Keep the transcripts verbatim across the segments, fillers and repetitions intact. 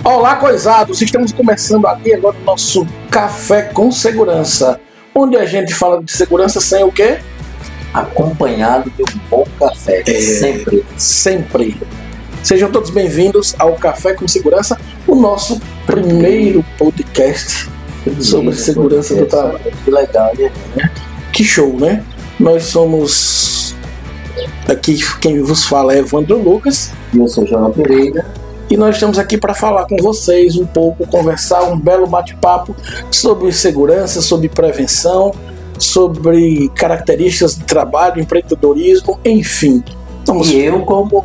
Olá, coisados! Estamos começando aqui agora o nosso Café com Segurança, onde a gente fala de segurança sem o quê? Acompanhado de um bom café, é, sempre. Sempre. Sejam todos bem-vindos ao Café com Segurança, o nosso primeiro podcast sobre segurança do trabalho. Que legal, né? Que show, né? Nós somos... Aqui quem vos fala é Evandro Lucas. E eu sou João Pereira. E nós estamos aqui para falar com vocês um pouco, conversar, um belo bate-papo sobre segurança, sobre prevenção, sobre características de trabalho, empreendedorismo, enfim. Estamos... E eu como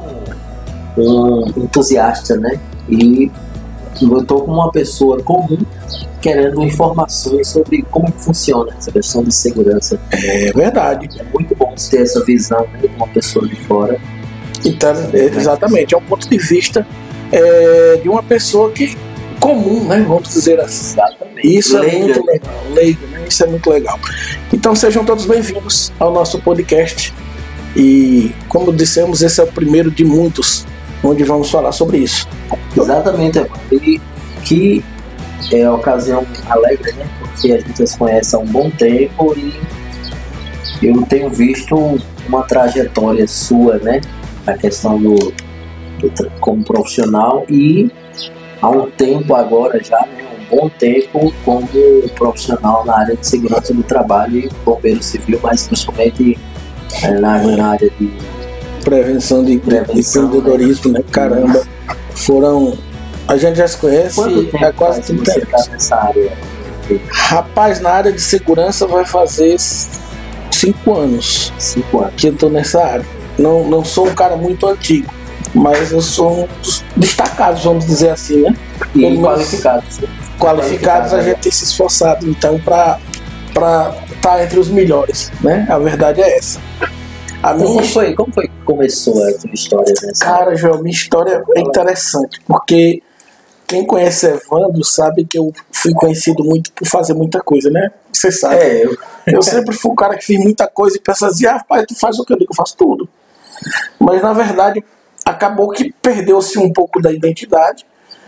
um entusiasta, né? E eu estou como uma pessoa comum querendo informações sobre como funciona essa questão de segurança. É verdade. É muito bom ter essa visão, né, de uma pessoa de fora. Então, exatamente, é um ponto de vista É, de uma pessoa que comum, né? Vamos dizer assim. Exatamente. Isso é muito legal. Leigo, né? Isso é muito legal. Então sejam todos bem-vindos ao nosso podcast. E como dissemos, esse é o primeiro de muitos, onde vamos falar sobre isso. Exatamente. E que é uma ocasião alegre, né? Porque a gente se conhece há um bom tempo e eu tenho visto uma trajetória sua, né? A questão do como profissional e há um tempo agora já, né, um bom tempo como profissional na área de segurança do trabalho e bombeiro civil, mas principalmente é, na, na área de prevenção de, prevenção, de empreendedorismo, né? né? Caramba, foram... A gente já se conhece há quase trinta anos. Tá nessa área? Rapaz, na área de segurança vai fazer cinco anos. Cinco anos. Que eu tô nessa área. Não, não sou um cara muito antigo, mas eu sou um dos destacados, vamos dizer assim, né? E Como qualificados. Qualificados, a gente tem se esforçado, então, para estar entre os melhores, né? A verdade é essa. A então, minha... como, foi, como foi que começou a tua história? Nessa? Cara, João, minha história é interessante, porque quem conhece Evandro sabe que eu fui conhecido muito por fazer muita coisa, né? Você sabe. É, eu... eu sempre fui um cara que fiz muita coisa e pensa assim, ah, pai, tu faz o que eu digo, eu faço tudo. Mas, na verdade, acabou que perdeu-se um pouco da identidade.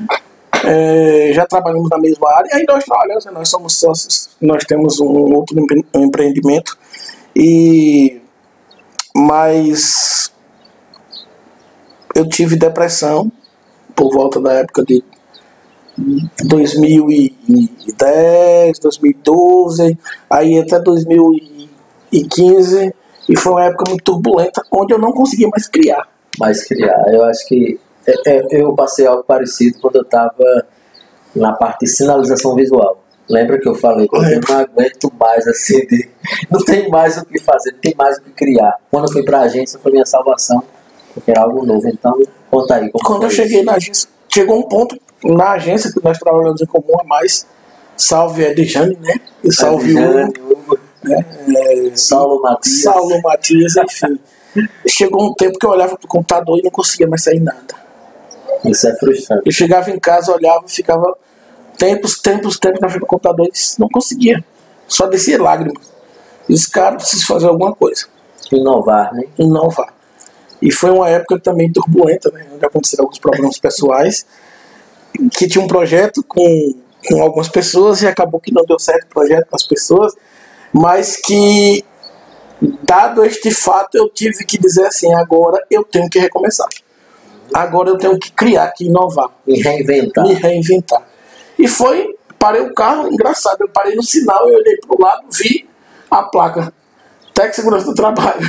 É, já trabalhamos na mesma área, ainda nós trabalhamos, nós somos sócios, nós temos um outro empreendimento, e, mas eu tive depressão por volta da época de dois mil e dez, dois mil e doze, aí até dois mil e quinze, e foi uma época muito turbulenta, onde eu não conseguia mais criar. mais criar. Eu acho que é, é, eu passei algo parecido quando eu estava na parte de sinalização visual. Lembra que eu falei que eu não aguento mais assim, de, não tem mais o que fazer, não tem mais o que criar. Quando eu fui para a agência foi minha salvação, porque era algo novo. Então, conta aí. Como quando eu cheguei isso? na agência, chegou um ponto na agência que nós trabalhamos em comum a mais, salve Edjane, né? E salve Edjane, Hugo, né? É, Saulo Matias. Saulo Matias, enfim. Chegou um tempo que eu olhava pro computador e não conseguia mais sair nada. Isso é frustrante. Eu chegava em casa, olhava, ficava tempos, tempos, tempos na frente do computador e não conseguia. Só descia lágrimas. E os caras precisam fazer alguma coisa. Inovar, né? Inovar. E foi uma época também turbulenta, né? Onde aconteceram alguns problemas pessoais. Que tinha um projeto com, com algumas pessoas e acabou que não deu certo o projeto com as pessoas. Mas que... dado este fato, eu tive que dizer assim, agora eu tenho que recomeçar. Agora eu tenho que criar, que inovar. Me reinventar. Me reinventar. E foi, parei o carro, engraçado, eu parei no sinal, eu olhei para o lado, vi a placa. Tec Segurança do Trabalho.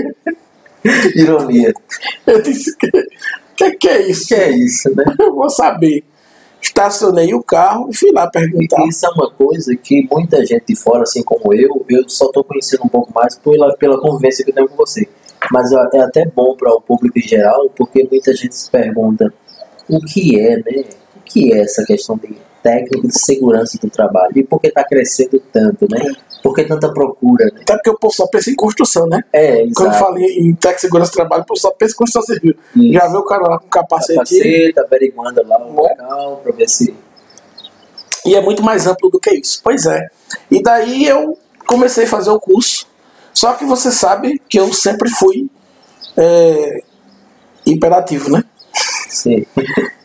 Ironia. Eu disse, que, que que é isso? Que é isso, né? Eu vou saber. Estacionei o carro e fui lá perguntar. Isso é uma coisa que muita gente de fora, assim como eu, eu só estou conhecendo um pouco mais pela, pela convivência que eu tenho com você. Mas é até bom para o público em geral, porque muita gente se pergunta o que é, né? O que é essa questão de técnico de segurança do trabalho? E por que está crescendo tanto, né? Por que tanta procura, né? Até porque o povo só pensa em construção, né? É, exato. Quando eu falei em técnico de segurança do trabalho, o povo só pensa em construção civil. Isso. Já vê o cara lá com capacete. Capacete, averiguando lá o local para ver se... E é muito mais amplo do que isso. Pois é. E daí eu comecei a fazer o curso. Só que você sabe que eu sempre fui é, imperativo, né? Sim.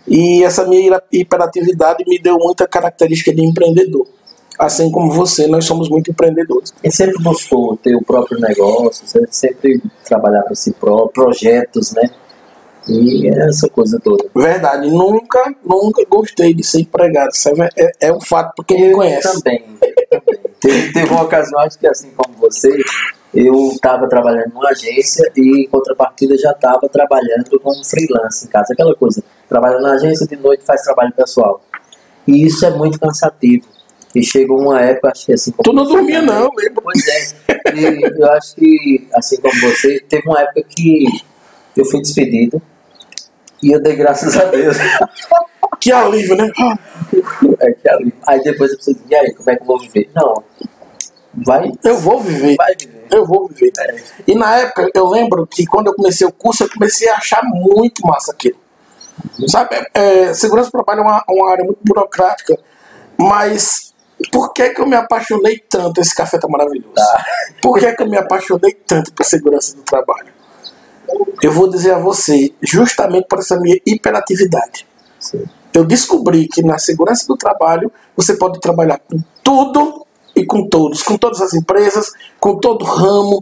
E essa minha hiperatividade me deu muita característica de empreendedor. Assim como você, nós somos muito empreendedores. E sempre buscou ter o próprio negócio, sempre trabalhar para si próprio, projetos, né? E essa coisa toda. Verdade, nunca, nunca gostei de ser empregado. Isso é, é, é um fato para quem me conhece. Também, também. Teve, teve uma ocasião, acho que assim como você, eu estava trabalhando numa agência e em contrapartida já estava trabalhando como freelance em casa. Aquela coisa, trabalha na agência, de noite faz trabalho pessoal. E isso é muito cansativo. E chegou uma época, acho que assim como tu não você dormia também, não, lembra? Pois é. E eu acho que, assim como você, teve uma época que eu fui despedido e eu dei graças a Deus. Que alívio, né? É que alívio. Aí depois eu pensei, e aí, como é que eu vou viver? Não, vai. Eu vou viver. Vai viver. Eu vou viver. É. E na época, eu lembro que quando eu comecei o curso, eu comecei a achar muito massa aquilo. Sabe, é, segurança do trabalho é uma, uma área muito burocrática, mas por que que eu me apaixonei tanto? Esse café tá maravilhoso. Tá. Por que que eu me apaixonei tanto por segurança do trabalho? Eu vou dizer a você, justamente por essa minha hiperatividade. Sim. Eu descobri que na segurança do trabalho você pode trabalhar com tudo e com todos, com todas as empresas, com todo ramo.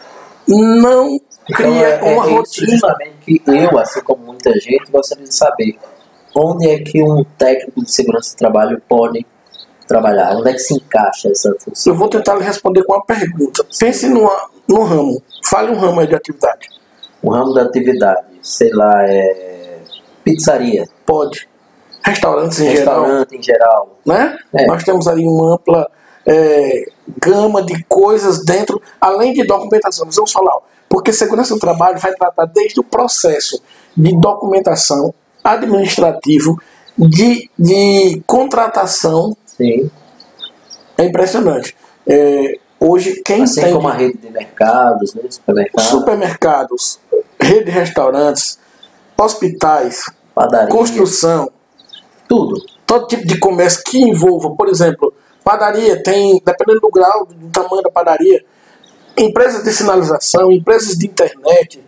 Não cria então, é, uma é rotina. Justamente que eu, assim como muita gente, gostaria de saber onde é que um técnico de segurança do trabalho pode trabalhar, onde é que se encaixa essa função. Eu vou tentar lhe responder com uma pergunta. Pense numa, num ramo, fale um ramo aí de atividade. O ramo da atividade, sei lá, é pizzaria. Pode. Restaurantes em Restaurante geral. em geral. Né? É. Nós temos ali uma ampla é, gama de coisas dentro, além de documentação. Nós vamos falar, ó, porque segurança do trabalho vai tratar desde o processo de documentação, administrativo, de, de contratação. Sim. É impressionante. É, hoje, quem assim tem como a rede de mercados, né? Supermercados, supermercados, rede de restaurantes, hospitais, padaria, construção, tudo. todo tipo de comércio que envolva, por exemplo, padaria, tem, dependendo do grau, do tamanho da padaria, empresas de sinalização, empresas de internet,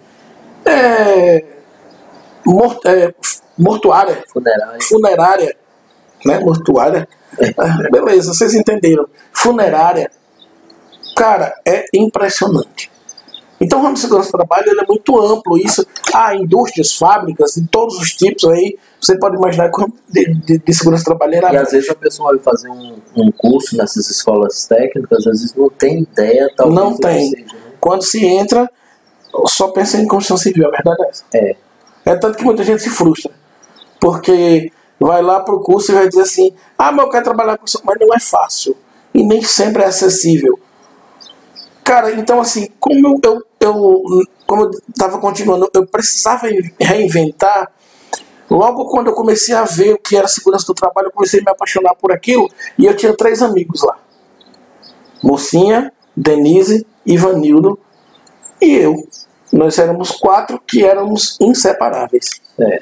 é, mort, é, mortuária, Funerária. funerária, né, mortuária, ah, beleza, vocês entenderam, funerária, cara, é impressionante. Então o ramo de segurança do trabalho ele é muito amplo, isso, há indústrias, fábricas, de todos os tipos aí, você pode imaginar que o ramo de, de, de segurança do trabalho era... E às vezes a pessoa vai fazer um, um curso nessas escolas técnicas, às vezes não tem ideia, talvez não tem. Seja, né? Quando se entra, só pensa em construção civil, a verdade é essa. É. É tanto que muita gente se frustra, porque vai lá pro curso e vai dizer assim, ah, mas eu quero trabalhar com isso, mas não é fácil, e nem sempre é acessível. Cara, então assim, como eu, eu como eu estava continuando, eu precisava reinventar. Logo quando eu comecei a ver o que era segurança do trabalho, eu comecei a me apaixonar por aquilo, e eu tinha três amigos lá. Mocinha, Denise, Ivanildo e eu. Nós éramos quatro que éramos inseparáveis. É.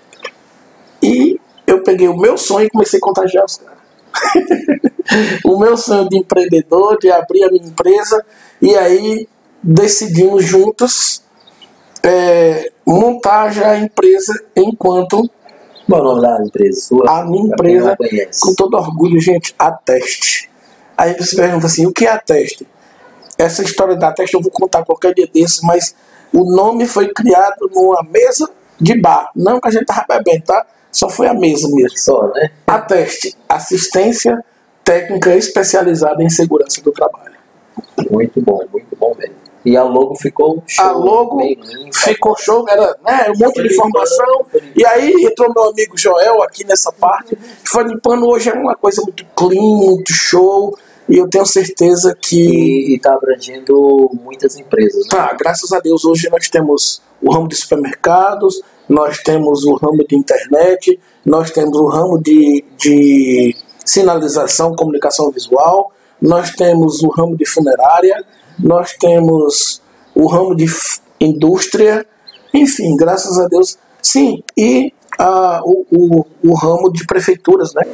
E eu peguei o meu sonho e comecei a contagiar os caras. O meu sonho de empreendedor, de abrir a minha empresa, e aí decidimos juntos é, montar já a empresa enquanto... Qual é o nome da empresa sua? A minha empresa, com todo orgulho, gente, Ateste. Aí você pergunta assim, o que é Ateste? Essa história da Ateste eu vou contar qualquer dia desses, mas o nome foi criado numa mesa de bar. Não que a gente tava bebendo, tá? Só foi a mesa mesmo. Só, né? Ateste, assistência técnica especializada em segurança do trabalho. Muito bom, muito bom mesmo. E a logo ficou show. A logo bem limpa, ficou show, era né, um monte foi de informação. limpando, E aí entrou meu amigo Joel aqui nessa parte, que foi limpando. Hoje é uma coisa muito clean, muito show. E eu tenho certeza que... E está abrangendo muitas empresas. Né? Tá, graças a Deus, hoje nós temos o ramo de supermercados, nós temos o ramo de internet, nós temos o ramo de, de sinalização, comunicação visual, nós temos o ramo de funerária, nós temos o ramo de indústria, enfim, graças a Deus, sim, e ah, o, o, o ramo de prefeituras, né?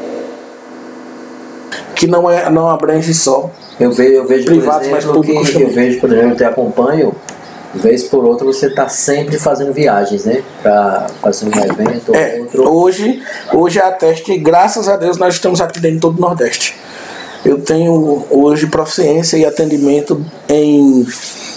Que não, é, não abrange só eu vejo, eu vejo privados, por mas exemplo, públicos que também. eu vejo, por exemplo, eu te acompanho vez por outra você está sempre fazendo viagens, né? Para fazer um evento é, ou outro. Hoje, hoje a Teste, graças a Deus, nós estamos atendendo todo o Nordeste. Eu tenho hoje proficiência e atendimento em,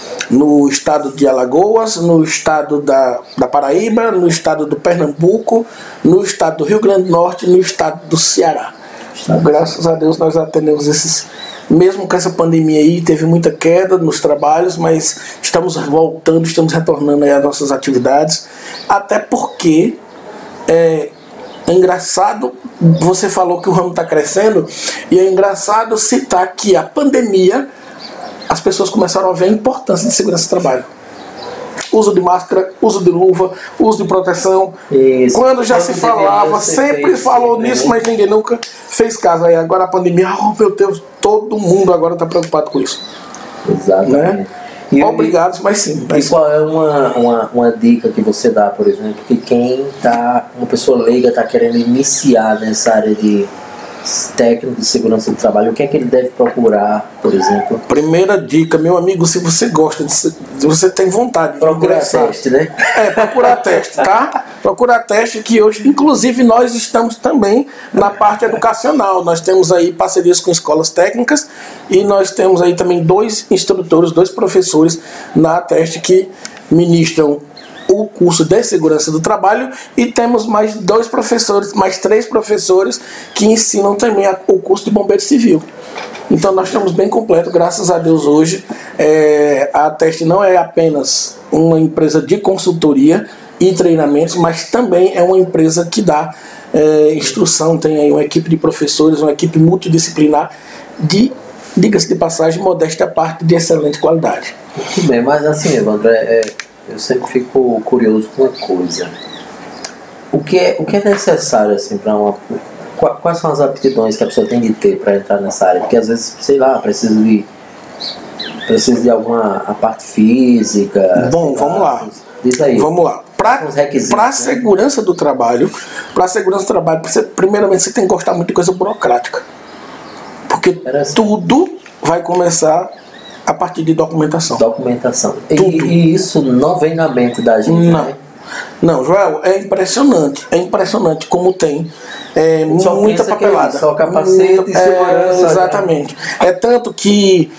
no estado de Alagoas, no estado da, da Paraíba, no estado do Pernambuco, no estado do Rio Grande do Norte e no estado do Ceará. Graças a Deus nós atendemos esses. Mesmo com essa pandemia aí, teve muita queda nos trabalhos, mas estamos voltando, estamos retornando aí às nossas atividades, até porque é, é engraçado, você falou que o ramo está crescendo, e é engraçado citar que a pandemia, as pessoas começaram a ver a importância de segurança do trabalho. Uso de máscara, uso de luva, uso de proteção. Isso. Quando já Quando se falava, sempre falou nisso, né? Mas ninguém nunca fez caso. Aí agora a pandemia, oh meu Deus, todo mundo agora está preocupado com isso. Exatamente. Né? E Obrigado, mas sim. Mas e qual é uma, uma, uma dica que você dá, por exemplo, que quem tá, uma pessoa leiga está querendo iniciar nessa área de técnico de segurança do trabalho, o que é que ele deve procurar, por exemplo? Primeira dica, meu amigo, se você gosta, de, se você tem vontade de procurar ingressar, teste, né? É, procurar teste, tá? Procurar teste, que hoje, inclusive, nós estamos também na parte educacional. Nós temos aí parcerias com escolas técnicas e nós temos aí também dois instrutores, dois professores na teste que ministram o curso de segurança do trabalho, e temos mais dois professores, mais três professores que ensinam também a, o curso de bombeiro civil. Então nós estamos bem completos, graças a Deus hoje. É, a Teste não é apenas uma empresa de consultoria e treinamentos, mas também é uma empresa que dá é, instrução, tem aí uma equipe de professores, uma equipe multidisciplinar de, diga-se de passagem, modéstia à parte, de excelente qualidade. Muito bem, mas assim, Evandro, é... eu sempre fico curioso com uma coisa. O que é, o que é necessário assim, para uma. Quais são as aptidões que a pessoa tem de ter para entrar nessa área? Porque às vezes, sei lá, precisa de. Precisa de alguma a parte física. Bom, vamos lá. lá. Diz aí. Vamos lá. Para a segurança do trabalho, para a segurança do trabalho, você, primeiramente você tem que gostar muito de coisa burocrática. Porque assim. Tudo vai começar a partir de documentação. Documentação. E, e isso não vem na mente da gente, não. Né? Não, Joel, é impressionante. É impressionante como tem é, muita papelada. É só capacete e segurança. É, exatamente. Né? É tanto que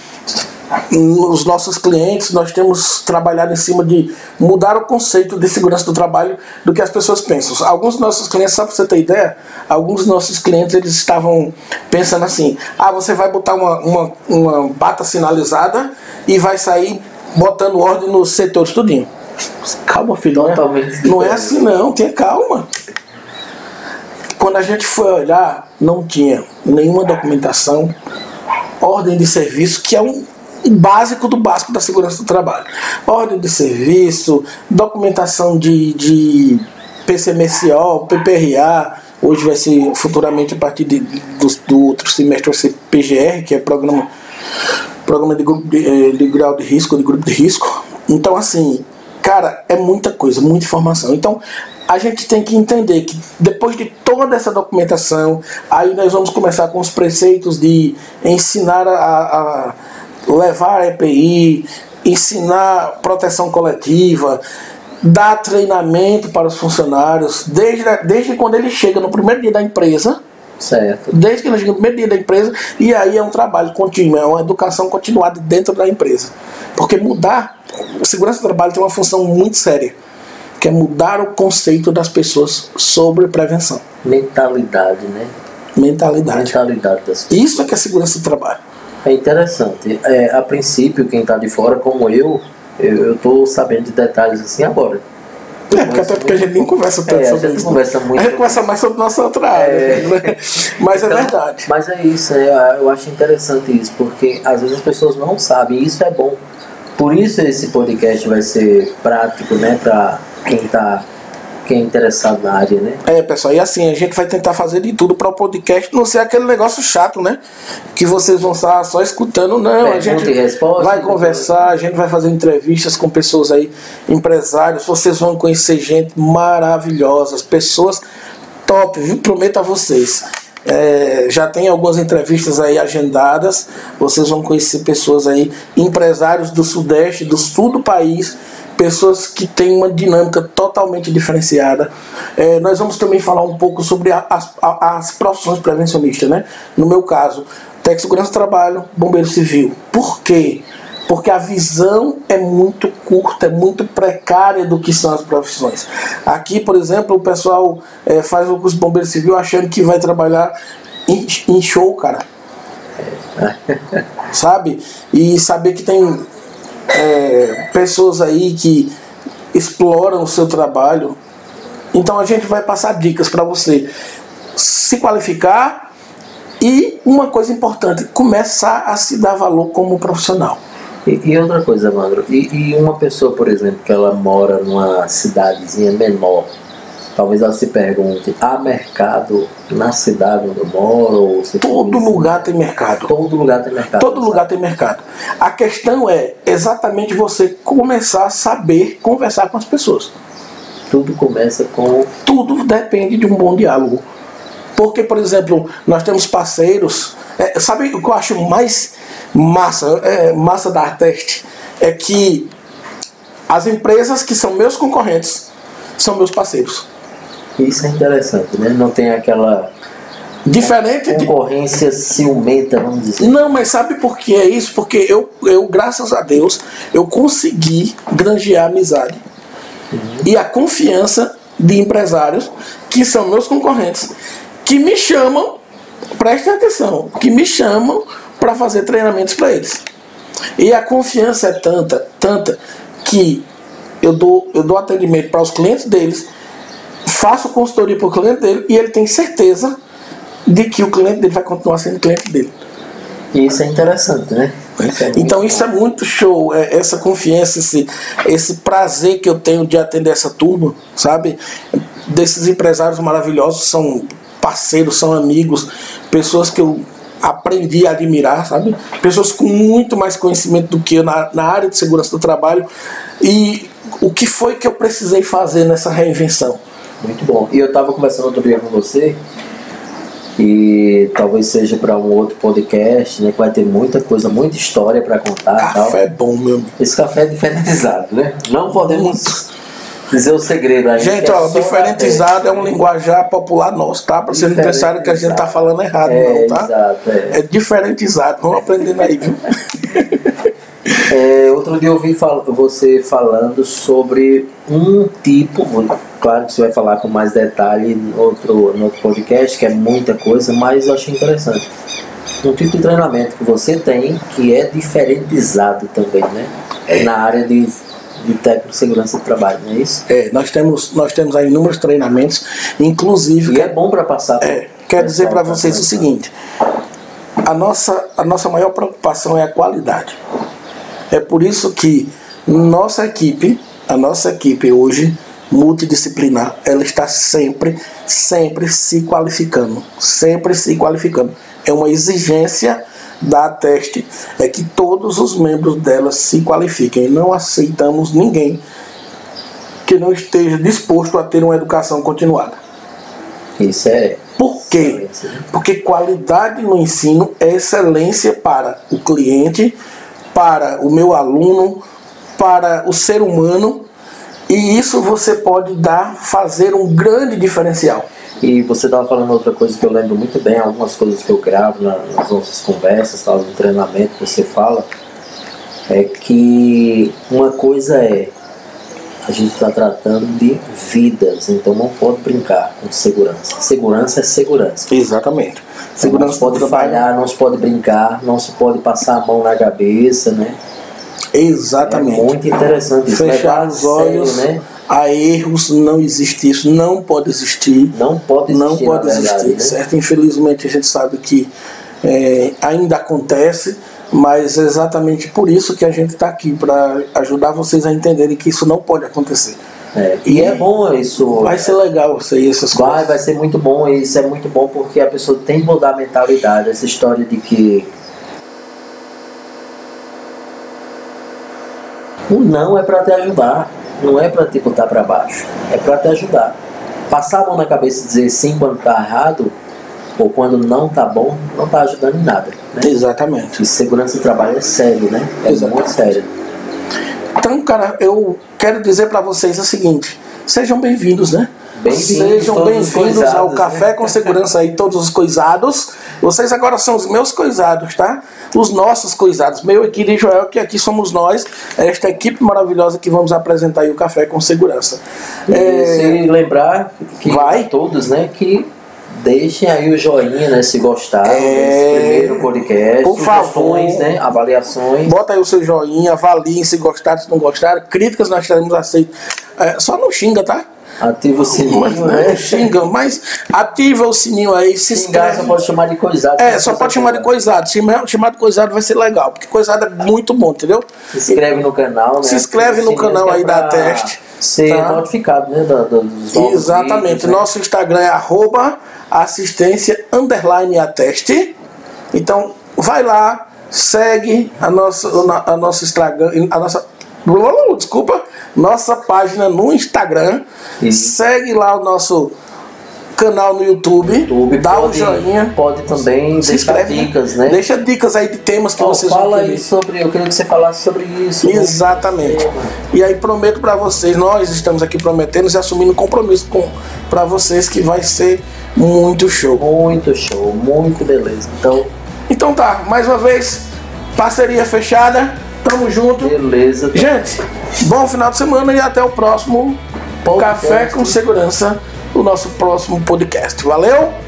nos nossos clientes nós temos trabalhado em cima de mudar o conceito de segurança do trabalho do que as pessoas pensam. Alguns dos nossos clientes, só para você ter ideia, alguns dos nossos clientes eles estavam pensando assim: ah, você vai botar uma, uma, uma bata sinalizada e vai sair botando ordem nos setores tudinho. Calma, filho, não é, não é assim não, tenha calma. Quando a gente foi olhar, não tinha nenhuma documentação, ordem de serviço, que é um básico do básico da segurança do trabalho. Ordem de serviço, documentação de, de P C M S O, P P R A, hoje vai ser futuramente a partir de, do, do outro semestre vai ser P G R, que é programa, programa de, grupo de, de grau de risco, de grupo de risco. Então assim, cara, é muita coisa, muita informação. Então a gente tem que entender que depois de toda essa documentação, aí nós vamos começar com os preceitos de ensinar a, a levar a E P I, ensinar proteção coletiva, dar treinamento para os funcionários, desde, desde quando ele chega no primeiro dia da empresa, certo. Desde que ele chega no primeiro dia da empresa, e aí é um trabalho contínuo, é uma educação continuada dentro da empresa. Porque mudar, a segurança do trabalho tem uma função muito séria, que é mudar o conceito das pessoas sobre prevenção. Mentalidade, né? Mentalidade. Mentalidade das pessoas. Isso é que é segurança do trabalho. É interessante. É, a princípio, quem está de fora, como eu, eu estou sabendo de detalhes assim agora. É, porque até porque a gente nem conversa tanto é, sobre a gente isso. Conversa muito a gente conversa mais sobre nossa outra área. É. Né? Mas então, é verdade. Mas é isso, é, eu acho interessante isso, porque às vezes as pessoas não sabem, e isso é bom. Por isso esse podcast vai ser prático, né, para quem está quem é interessado na área, né? É, pessoal, e assim, a gente vai tentar fazer de tudo para o podcast não ser aquele negócio chato, né? Que vocês vão estar só escutando, não. Pergunta a gente e resposta, vai conversar, a gente vai fazer entrevistas com pessoas aí, empresários, vocês vão conhecer gente maravilhosa, pessoas top, viu? Prometo a vocês. É, já tem algumas entrevistas aí agendadas. Vocês vão conhecer pessoas aí, empresários do Sudeste, do Sul do país, pessoas que têm uma dinâmica totalmente diferenciada. É, nós vamos também falar um pouco sobre a, as, a, as profissões prevencionistas, né? No meu caso, técnico de segurança do trabalho, bombeiro civil. Por quê? Porque a visão é muito curta, é muito precária do que são as profissões. Aqui, por exemplo, o pessoal é, faz o curso de bombeiro civil achando que vai trabalhar em, em show, cara. Sabe? E saber que tem é, pessoas aí que exploram o seu trabalho. Então a gente vai passar dicas para você se qualificar e, uma coisa importante, começar a se dar valor como profissional. E, e outra coisa, Evandro, e, e uma pessoa, por exemplo, que ela mora numa cidadezinha menor, talvez ela se pergunte, há mercado na cidade onde eu moro? Todo lugar tem mercado. Todo lugar tem mercado. Todo lugar tem mercado. A questão é exatamente você começar a saber conversar com as pessoas. Tudo começa com... Tudo depende de um bom diálogo. Porque, por exemplo, nós temos parceiros... É, sabe o que eu acho mais massa, é, massa da Arteste? É que as empresas que são meus concorrentes são meus parceiros. Isso é interessante, né? Não tem aquela... Diferente concorrência de... ciumenta, vamos dizer. Não, mas sabe por que é isso? Porque eu, eu graças a Deus, eu consegui granjear amizade. Uhum. E a confiança de empresários que são meus concorrentes, que me chamam, prestem atenção, que me chamam para fazer treinamentos para eles. E a confiança é tanta, tanta, que eu dou, eu dou atendimento para os clientes deles, faço consultoria para o cliente dele e ele tem certeza de que o cliente dele vai continuar sendo cliente dele. E isso é interessante, né? É. Então isso é muito show, é, essa confiança, esse, esse prazer que eu tenho de atender essa turma, sabe? Desses empresários maravilhosos, são parceiros, são amigos, pessoas que eu aprendi a admirar, sabe? Pessoas com muito mais conhecimento do que eu na, na área de segurança do trabalho. E o que foi que eu precisei fazer nessa reinvenção? Muito bom. E eu estava conversando outro dia com você, e talvez seja para um outro podcast, né, que vai ter muita coisa, muita história para contar. Café é bom, meu amigo. Esse café é diferentizado, né? Não podemos muito dizer o segredo aí. Gente, ó, é diferentizado é um linguajar popular nosso, tá? Para você não pensar que a gente tá falando errado, é, não, tá? Exato, é. é diferentizado, vamos aprendendo aí, viu? É, outro dia eu ouvi fal- você falando sobre um tipo, claro que você vai falar com mais detalhe no outro, no outro podcast, que é muita coisa, mas eu achei interessante. Um tipo de treinamento que você tem que é diferentizado também, né? É. Na área de, de técnico de segurança do trabalho, não é isso? É, nós temos, nós temos aí inúmeros treinamentos, inclusive... E é bom para passar... É, quero dizer para vocês o seguinte, a nossa, a nossa maior preocupação é a qualidade. É por isso que nossa equipe, a nossa equipe hoje, multidisciplinar, ela está sempre, sempre se qualificando, sempre se qualificando. É uma exigência da Ateste, é que todos os membros dela se qualifiquem. Não aceitamos ninguém que não esteja disposto a ter uma educação continuada. Isso é... Por quê? Porque qualidade no ensino é excelência para o cliente, para o meu aluno, para o ser humano, e isso você pode dar, fazer um grande diferencial. E você estava falando outra coisa que eu lembro muito bem, algumas coisas que eu gravo na, nas nossas conversas, tal, no treinamento que você fala, é que uma coisa é, a gente está tratando de vidas, então não pode brincar com segurança. Segurança é segurança. Exatamente. Segurança não se pode falhar, não se pode brincar, não se pode passar a mão na cabeça, né? Exatamente. É muito interessante isso. Fechar os olhos, sério, né? A erros, não existe isso, não pode existir. Não pode existir, não pode verdade, existir, né? Certo? Infelizmente a gente sabe que é, ainda acontece, mas é exatamente por isso que a gente está aqui, para ajudar vocês a entenderem que isso não pode acontecer. É, e, e é bom isso. Vai ser legal isso aí, essas vai, coisas. Vai ser muito bom, e isso é muito bom porque a pessoa tem que mudar a mentalidade. Essa história de que o não é para te ajudar, não é para te botar para baixo, é para te ajudar. Passar a mão na cabeça e dizer sim quando está errado ou quando não tá bom, não tá ajudando em nada, né? Exatamente. E segurança do trabalho é sério, né? É Exatamente. muito sério. Então, cara, eu quero dizer para vocês o seguinte: sejam bem-vindos, né? Bem-vindos, Sejam bem-vindos ao né? Café com Segurança aí, todos os coisados. Vocês agora são os meus coisados, tá? Os nossos coisados. Meu, Equílio e Joel, que aqui somos nós, esta equipe maravilhosa que vamos apresentar aí o Café com Segurança. E É... se lembrar que Vai. todos, né, que deixem aí o joinha, né, se gostaram É... desse primeiro podcast. Por favor. Né, avaliações. Bota aí o seu joinha, avaliem se gostaram, se não gostaram. Críticas nós teremos aceito. É, só não xinga, tá? Ativa o sininho, Mas, né? não xinga, mas ativa o sininho aí, se Xingar inscreve. só pode chamar de coisado. É, só pode chamar de coisado. Chamar chamar de coisado vai ser legal, porque coisado é muito bom, entendeu? Se inscreve no canal, né? Se inscreve no canal aí da Teste. Ser tá? notificado, né? Da, da, dos novos Exatamente. vídeos, né? Nosso Instagram é arroba assistência underline ateste. Então, vai lá, segue a nossa, a nossa Instagram, a nossa. Desculpa, nossa página no Instagram. Isso. Segue lá o nosso canal no YouTube, YouTube dá pode, um joinha. Pode também Se deixar inscreve, dicas, né? Deixa dicas aí de temas que Ó, vocês fala vão aí querer. sobre, eu queria que você falasse sobre isso. né? Exatamente. E aí prometo pra vocês, nós estamos aqui prometendo e assumindo compromisso com para vocês que vai ser muito show. Muito show, muito beleza. Então, Então tá, mais uma vez, parceria fechada, tamo junto. beleza. Gente, bom final de semana e até o próximo Podcast. Café com Segurança, o nosso próximo podcast. Valeu?